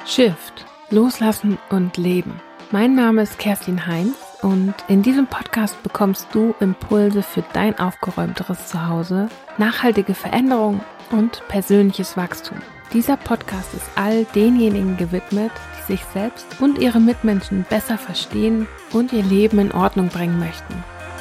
Shift, Loslassen und Leben. Mein Name ist Kerstin Heinz und in diesem Podcast bekommst du Impulse für dein aufgeräumteres Zuhause, nachhaltige Veränderung und persönliches Wachstum. Dieser Podcast ist all denjenigen gewidmet, die sich selbst und ihre Mitmenschen besser verstehen und ihr Leben in Ordnung bringen möchten.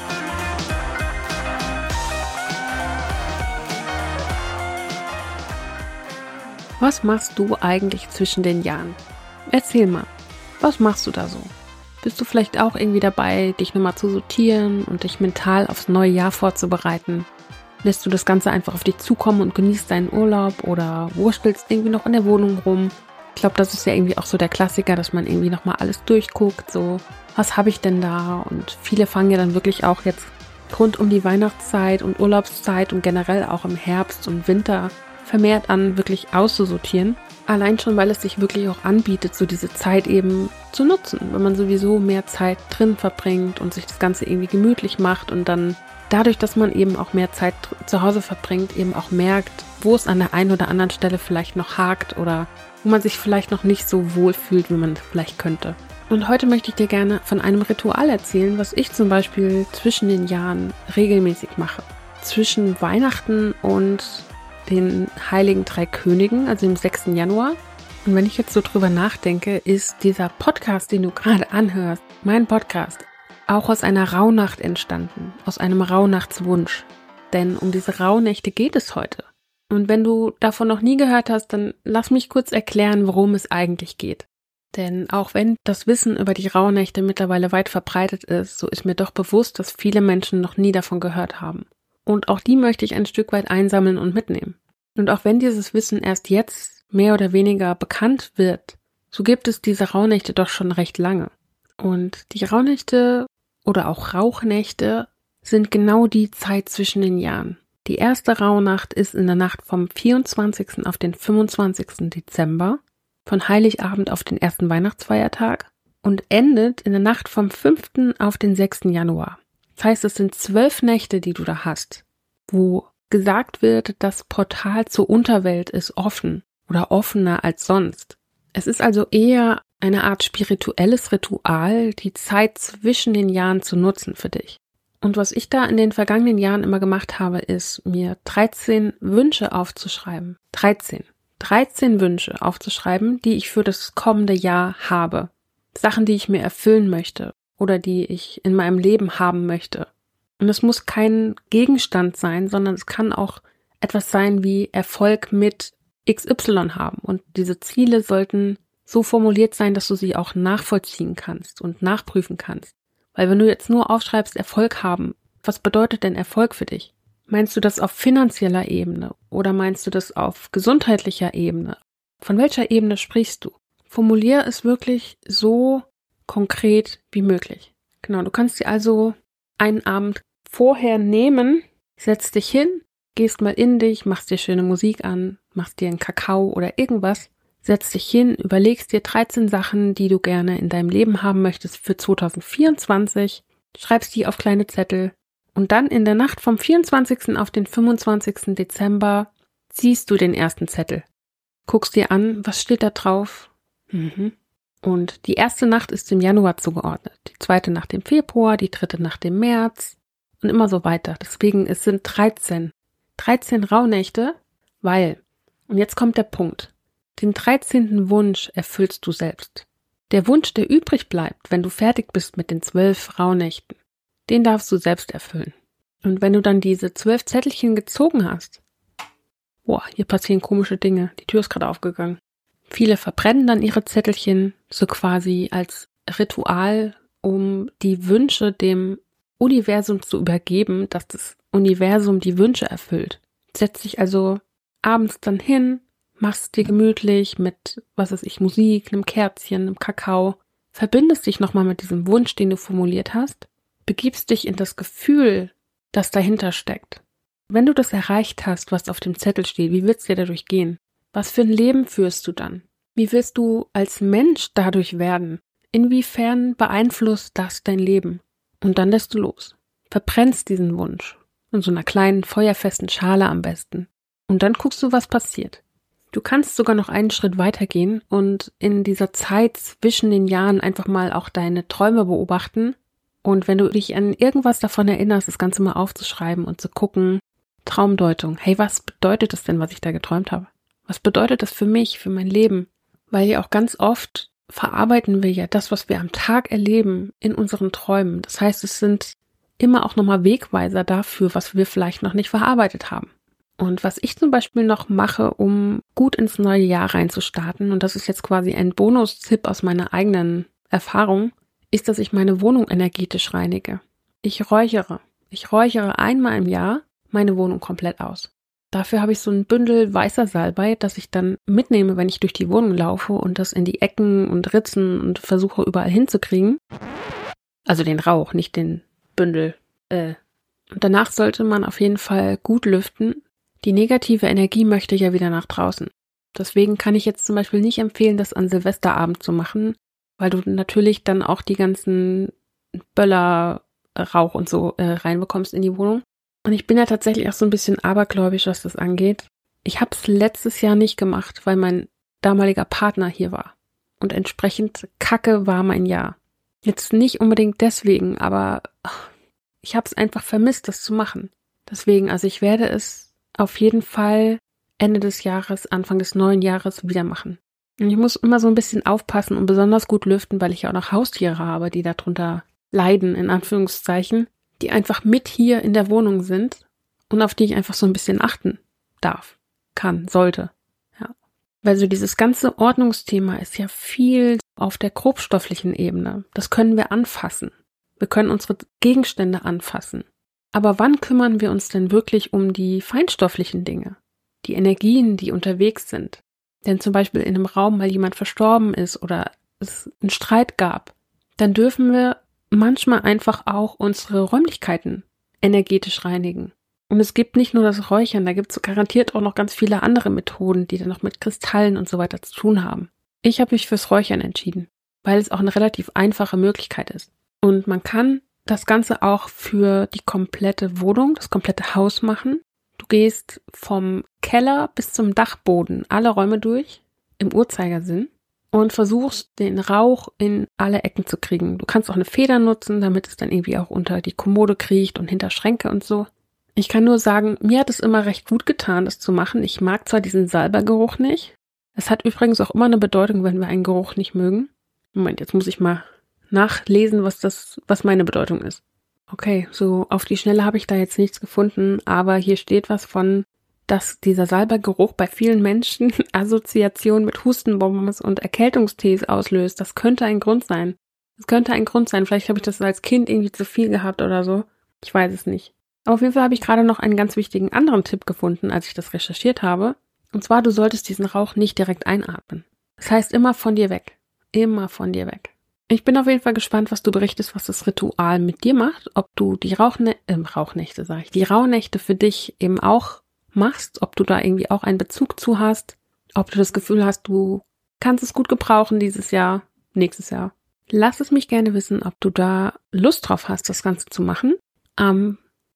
Was machst du eigentlich zwischen den Jahren? Erzähl mal, was machst du da so? Bist du vielleicht auch irgendwie dabei, dich nochmal zu sortieren und dich mental aufs neue Jahr vorzubereiten? Lässt du das Ganze einfach auf dich zukommen und genießt deinen Urlaub oder wurstelst irgendwie noch in der Wohnung rum? Ich glaube, das ist ja irgendwie auch so der Klassiker, dass man irgendwie nochmal alles durchguckt, so, was habe ich denn da? Und viele fangen ja dann wirklich auch jetzt rund um die Weihnachtszeit und Urlaubszeit und generell auch im Herbst und Winter vermehrt an, wirklich auszusortieren. Allein schon, weil es sich wirklich auch anbietet, so diese Zeit eben zu nutzen, wenn man sowieso mehr Zeit drin verbringt und sich das Ganze irgendwie gemütlich macht und dann dadurch, dass man eben auch mehr Zeit zu Hause verbringt, eben auch merkt, wo es an der einen oder anderen Stelle vielleicht noch hakt oder wo man sich vielleicht noch nicht so wohl fühlt, wie man vielleicht könnte. Und heute möchte ich dir gerne von einem Ritual erzählen, was ich zum Beispiel zwischen den Jahren regelmäßig mache. Zwischen Weihnachten und den Heiligen Drei Königen, also dem 6. Januar. Und wenn ich jetzt so drüber nachdenke, ist dieser Podcast, den du gerade anhörst, mein Podcast, auch aus einer Rauhnacht entstanden, aus einem Rauhnachtswunsch. Denn um diese Rauhnächte geht es heute. Und wenn du davon noch nie gehört hast, dann lass mich kurz erklären, worum es eigentlich geht. Denn auch wenn das Wissen über die Rauhnächte mittlerweile weit verbreitet ist, so ist mir doch bewusst, dass viele Menschen noch nie davon gehört haben. Und auch die möchte ich ein Stück weit einsammeln und mitnehmen. Und auch wenn dieses Wissen erst jetzt mehr oder weniger bekannt wird, so gibt es diese Rauhnächte doch schon recht lange. Und die Rauhnächte oder auch Rauchnächte sind genau die Zeit zwischen den Jahren. Die erste Rauhnacht ist in der Nacht vom 24. auf den 25. Dezember, von Heiligabend auf den ersten Weihnachtsfeiertag und endet in der Nacht vom 5. auf den 6. Januar. Das heißt, es sind 12 Nächte, die du da hast, wo gesagt wird, das Portal zur Unterwelt ist offen oder offener als sonst. Es ist also eher eine Art spirituelles Ritual, die Zeit zwischen den Jahren zu nutzen für dich. Und was ich da in den vergangenen Jahren immer gemacht habe, ist, mir 13 Wünsche aufzuschreiben. 13 Wünsche aufzuschreiben, die ich für das kommende Jahr habe. Sachen, die ich mir erfüllen möchte oder die ich in meinem Leben haben möchte. Und es muss kein Gegenstand sein, sondern es kann auch etwas sein wie Erfolg mit XY haben. Und diese Ziele sollten so formuliert sein, dass du sie auch nachvollziehen kannst und nachprüfen kannst. Weil wenn du jetzt nur aufschreibst, Erfolg haben, was bedeutet denn Erfolg für dich? Meinst du das auf finanzieller Ebene oder meinst du das auf gesundheitlicher Ebene? Von welcher Ebene sprichst du? Formulier es wirklich so konkret wie möglich. Genau, du kannst dir also einen Abend vorher nehmen, setzt dich hin, gehst mal in dich, machst dir schöne Musik an, machst dir einen Kakao oder irgendwas, setzt dich hin, überlegst dir 13 Sachen, die du gerne in deinem Leben haben möchtest für 2024, schreibst die auf kleine Zettel und dann in der Nacht vom 24. auf den 25. Dezember ziehst du den ersten Zettel. Guckst dir an, was steht da drauf? Und die erste Nacht ist dem Januar zugeordnet, die zweite Nacht dem Februar, die dritte Nacht dem März und immer so weiter. Deswegen, es sind 13 Rauhnächte, weil, und jetzt kommt der Punkt, den 13. Wunsch erfüllst du selbst. Der Wunsch, der übrig bleibt, wenn du fertig bist mit den 12 Rauhnächten, den darfst du selbst erfüllen. Und wenn du dann diese 12 Zettelchen gezogen hast, hier passieren komische Dinge, die Tür ist gerade aufgegangen. Viele verbrennen dann ihre Zettelchen so quasi als Ritual, um die Wünsche dem Universum zu übergeben, dass das Universum die Wünsche erfüllt. Setz dich also abends dann hin, machst dir gemütlich mit, Musik, einem Kerzchen, einem Kakao, verbindest dich nochmal mit diesem Wunsch, den du formuliert hast, begibst dich in das Gefühl, das dahinter steckt. Wenn du das erreicht hast, was auf dem Zettel steht, wie wird es dir dadurch gehen? Was für ein Leben führst du dann? Wie wirst du als Mensch dadurch werden? Inwiefern beeinflusst das dein Leben? Und dann lässt du los. Verbrennst diesen Wunsch. In so einer kleinen, feuerfesten Schale am besten. Und dann guckst du, was passiert. Du kannst sogar noch einen Schritt weitergehen und in dieser Zeit zwischen den Jahren einfach mal auch deine Träume beobachten. Und wenn du dich an irgendwas davon erinnerst, das Ganze mal aufzuschreiben und zu gucken, Traumdeutung. Hey, was bedeutet das denn, was ich da geträumt habe? Was bedeutet das für mich, für mein Leben? Weil ja auch ganz oft verarbeiten wir ja das, was wir am Tag erleben, in unseren Träumen. Das heißt, es sind immer auch nochmal Wegweiser dafür, was wir vielleicht noch nicht verarbeitet haben. Und was ich zum Beispiel noch mache, um gut ins neue Jahr reinzustarten, und das ist jetzt quasi ein Bonustipp aus meiner eigenen Erfahrung, ist, dass ich meine Wohnung energetisch reinige. Ich räuchere. Ich räuchere einmal im Jahr meine Wohnung komplett aus. Dafür habe ich so ein Bündel weißer Salbei, das ich dann mitnehme, wenn ich durch die Wohnung laufe und das in die Ecken und Ritzen und versuche überall hinzukriegen. Also den Rauch, nicht den Bündel. Und danach sollte man auf jeden Fall gut lüften. Die negative Energie möchte ja wieder nach draußen. Deswegen kann ich jetzt zum Beispiel nicht empfehlen, das an Silvesterabend zu machen, weil du natürlich dann auch die ganzen Böller, Rauch und so reinbekommst in die Wohnung. Und ich bin ja tatsächlich auch so ein bisschen abergläubisch, was das angeht. Ich habe es letztes Jahr nicht gemacht, weil mein damaliger Partner hier war. Und entsprechend kacke war mein Jahr. Jetzt nicht unbedingt deswegen, aber ich habe es einfach vermisst, das zu machen. Deswegen, also ich werde es auf jeden Fall Ende des Jahres, Anfang des neuen Jahres wieder machen. Und ich muss immer so ein bisschen aufpassen und besonders gut lüften, weil ich ja auch noch Haustiere habe, die darunter leiden, in Anführungszeichen, die einfach mit hier in der Wohnung sind und auf die ich einfach so ein bisschen achten darf, kann, sollte. Ja. Weil so dieses ganze Ordnungsthema ist ja viel auf der grobstofflichen Ebene. Das können wir anfassen. Wir können unsere Gegenstände anfassen. Aber wann kümmern wir uns denn wirklich um die feinstofflichen Dinge? Die Energien, die unterwegs sind? Denn zum Beispiel in einem Raum mal jemand verstorben ist oder es einen Streit gab, dann dürfen wir manchmal einfach auch unsere Räumlichkeiten energetisch reinigen. Und es gibt nicht nur das Räuchern, da gibt es garantiert auch noch ganz viele andere Methoden, die dann noch mit Kristallen und so weiter zu tun haben. Ich habe mich fürs Räuchern entschieden, weil es auch eine relativ einfache Möglichkeit ist. Und man kann das Ganze auch für die komplette Wohnung, das komplette Haus machen. Du gehst vom Keller bis zum Dachboden alle Räume durch, im Uhrzeigersinn, und versuchst, den Rauch in alle Ecken zu kriegen. Du kannst auch eine Feder nutzen, damit es dann irgendwie auch unter die Kommode kriecht und hinter Schränke und so. Ich kann nur sagen, mir hat es immer recht gut getan, das zu machen. Ich mag zwar diesen Salbeigeruch nicht. Es hat übrigens auch immer eine Bedeutung, wenn wir einen Geruch nicht mögen. Moment, jetzt muss ich mal nachlesen, was meine Bedeutung ist. Okay, so auf die Schnelle habe ich da jetzt nichts gefunden, aber hier steht was von, dass dieser Salbeigeruch bei vielen Menschen Assoziationen mit Hustenbonbons und Erkältungstees auslöst. Das könnte ein Grund sein. Vielleicht habe ich das als Kind irgendwie zu viel gehabt oder so. Ich weiß es nicht. Aber auf jeden Fall habe ich gerade noch einen ganz wichtigen anderen Tipp gefunden, als ich das recherchiert habe. Und zwar, du solltest diesen Rauch nicht direkt einatmen. Das heißt, immer von dir weg. Immer von dir weg. Ich bin auf jeden Fall gespannt, was du berichtest, was das Ritual mit dir macht. Ob du die die Rauhnächte für dich eben auch machst, ob du da irgendwie auch einen Bezug zu hast, ob du das Gefühl hast, du kannst es gut gebrauchen dieses Jahr, nächstes Jahr. Lass es mich gerne wissen, ob du da Lust drauf hast, das Ganze zu machen. Am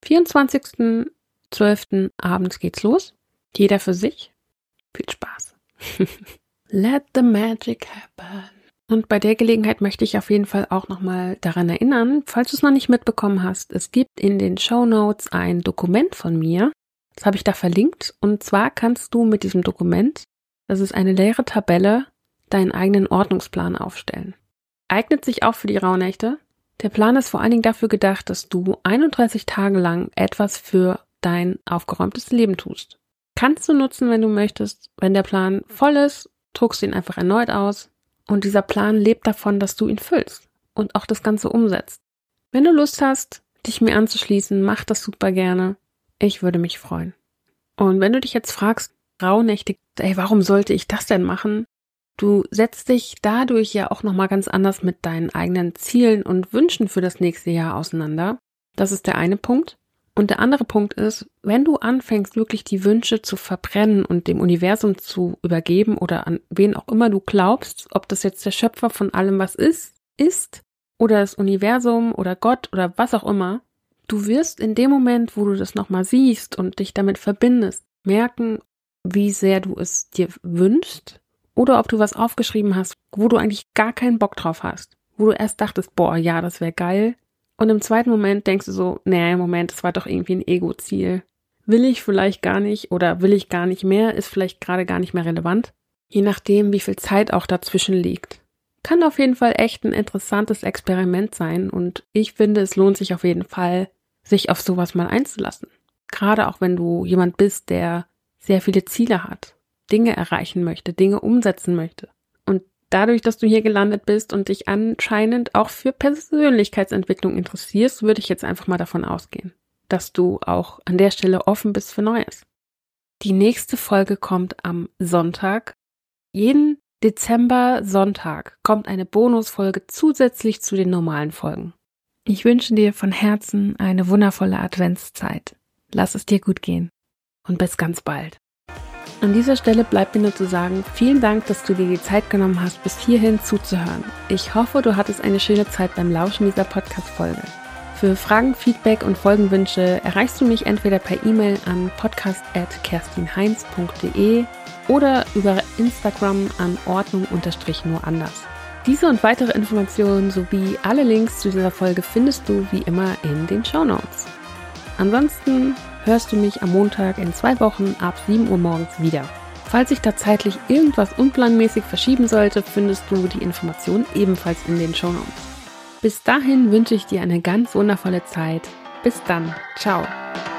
24.12. abends geht's los. Jeder für sich. Viel Spaß. Let the magic happen. Und bei der Gelegenheit möchte ich auf jeden Fall auch nochmal daran erinnern, falls du es noch nicht mitbekommen hast, es gibt in den Shownotes ein Dokument von mir. Das habe ich da verlinkt. Und zwar kannst du mit diesem Dokument, das ist eine leere Tabelle, deinen eigenen Ordnungsplan aufstellen. Eignet sich auch für die Rauhnächte. Der Plan ist vor allen Dingen dafür gedacht, dass du 31 Tage lang etwas für dein aufgeräumtes Leben tust. Kannst du nutzen, wenn du möchtest. Wenn der Plan voll ist, druckst du ihn einfach erneut aus. Und dieser Plan lebt davon, dass du ihn füllst und auch das Ganze umsetzt. Wenn du Lust hast, dich mir anzuschließen, mach das super gerne. Ich würde mich freuen. Und wenn du dich jetzt fragst, Rauhnächte, warum sollte ich das denn machen? Du setzt dich dadurch ja auch nochmal ganz anders mit deinen eigenen Zielen und Wünschen für das nächste Jahr auseinander. Das ist der eine Punkt. Und der andere Punkt ist, wenn du anfängst, wirklich die Wünsche zu verbrennen und dem Universum zu übergeben oder an wen auch immer du glaubst, ob das jetzt der Schöpfer von allem, was ist, oder das Universum oder Gott oder was auch immer, du wirst in dem Moment, wo du das nochmal siehst und dich damit verbindest, merken, wie sehr du es dir wünschst oder ob du was aufgeschrieben hast, wo du eigentlich gar keinen Bock drauf hast, wo du erst dachtest, boah, ja, das wäre geil. Und im zweiten Moment denkst du so, nee, Moment, das war doch irgendwie ein Ego-Ziel. Will ich vielleicht gar nicht oder will ich gar nicht mehr, ist vielleicht gerade gar nicht mehr relevant. Je nachdem, wie viel Zeit auch dazwischen liegt. Kann auf jeden Fall echt ein interessantes Experiment sein und ich finde, es lohnt sich auf jeden Fall, sich auf sowas mal einzulassen. Gerade auch wenn du jemand bist, der sehr viele Ziele hat, Dinge erreichen möchte, Dinge umsetzen möchte. Und dadurch, dass du hier gelandet bist und dich anscheinend auch für Persönlichkeitsentwicklung interessierst, würde ich jetzt einfach mal davon ausgehen, dass du auch an der Stelle offen bist für Neues. Die nächste Folge kommt am Sonntag. Jeden Dezember Sonntag kommt eine Bonusfolge zusätzlich zu den normalen Folgen. Ich wünsche dir von Herzen eine wundervolle Adventszeit. Lass es dir gut gehen und bis ganz bald. An dieser Stelle bleibt mir nur zu sagen, vielen Dank, dass du dir die Zeit genommen hast, bis hierhin zuzuhören. Ich hoffe, du hattest eine schöne Zeit beim Lauschen dieser Podcast-Folge. Für Fragen, Feedback und Folgenwünsche erreichst du mich entweder per E-Mail an podcast@kerstinheinz.de oder über Instagram an ordnung_nur anders. Diese und weitere Informationen sowie alle Links zu dieser Folge findest du wie immer in den Shownotes. Ansonsten hörst du mich am Montag in 2 Wochen ab 7 Uhr morgens wieder. Falls sich da zeitlich irgendwas unplanmäßig verschieben sollte, findest du die Informationen ebenfalls in den Shownotes. Bis dahin wünsche ich dir eine ganz wundervolle Zeit. Bis dann. Ciao.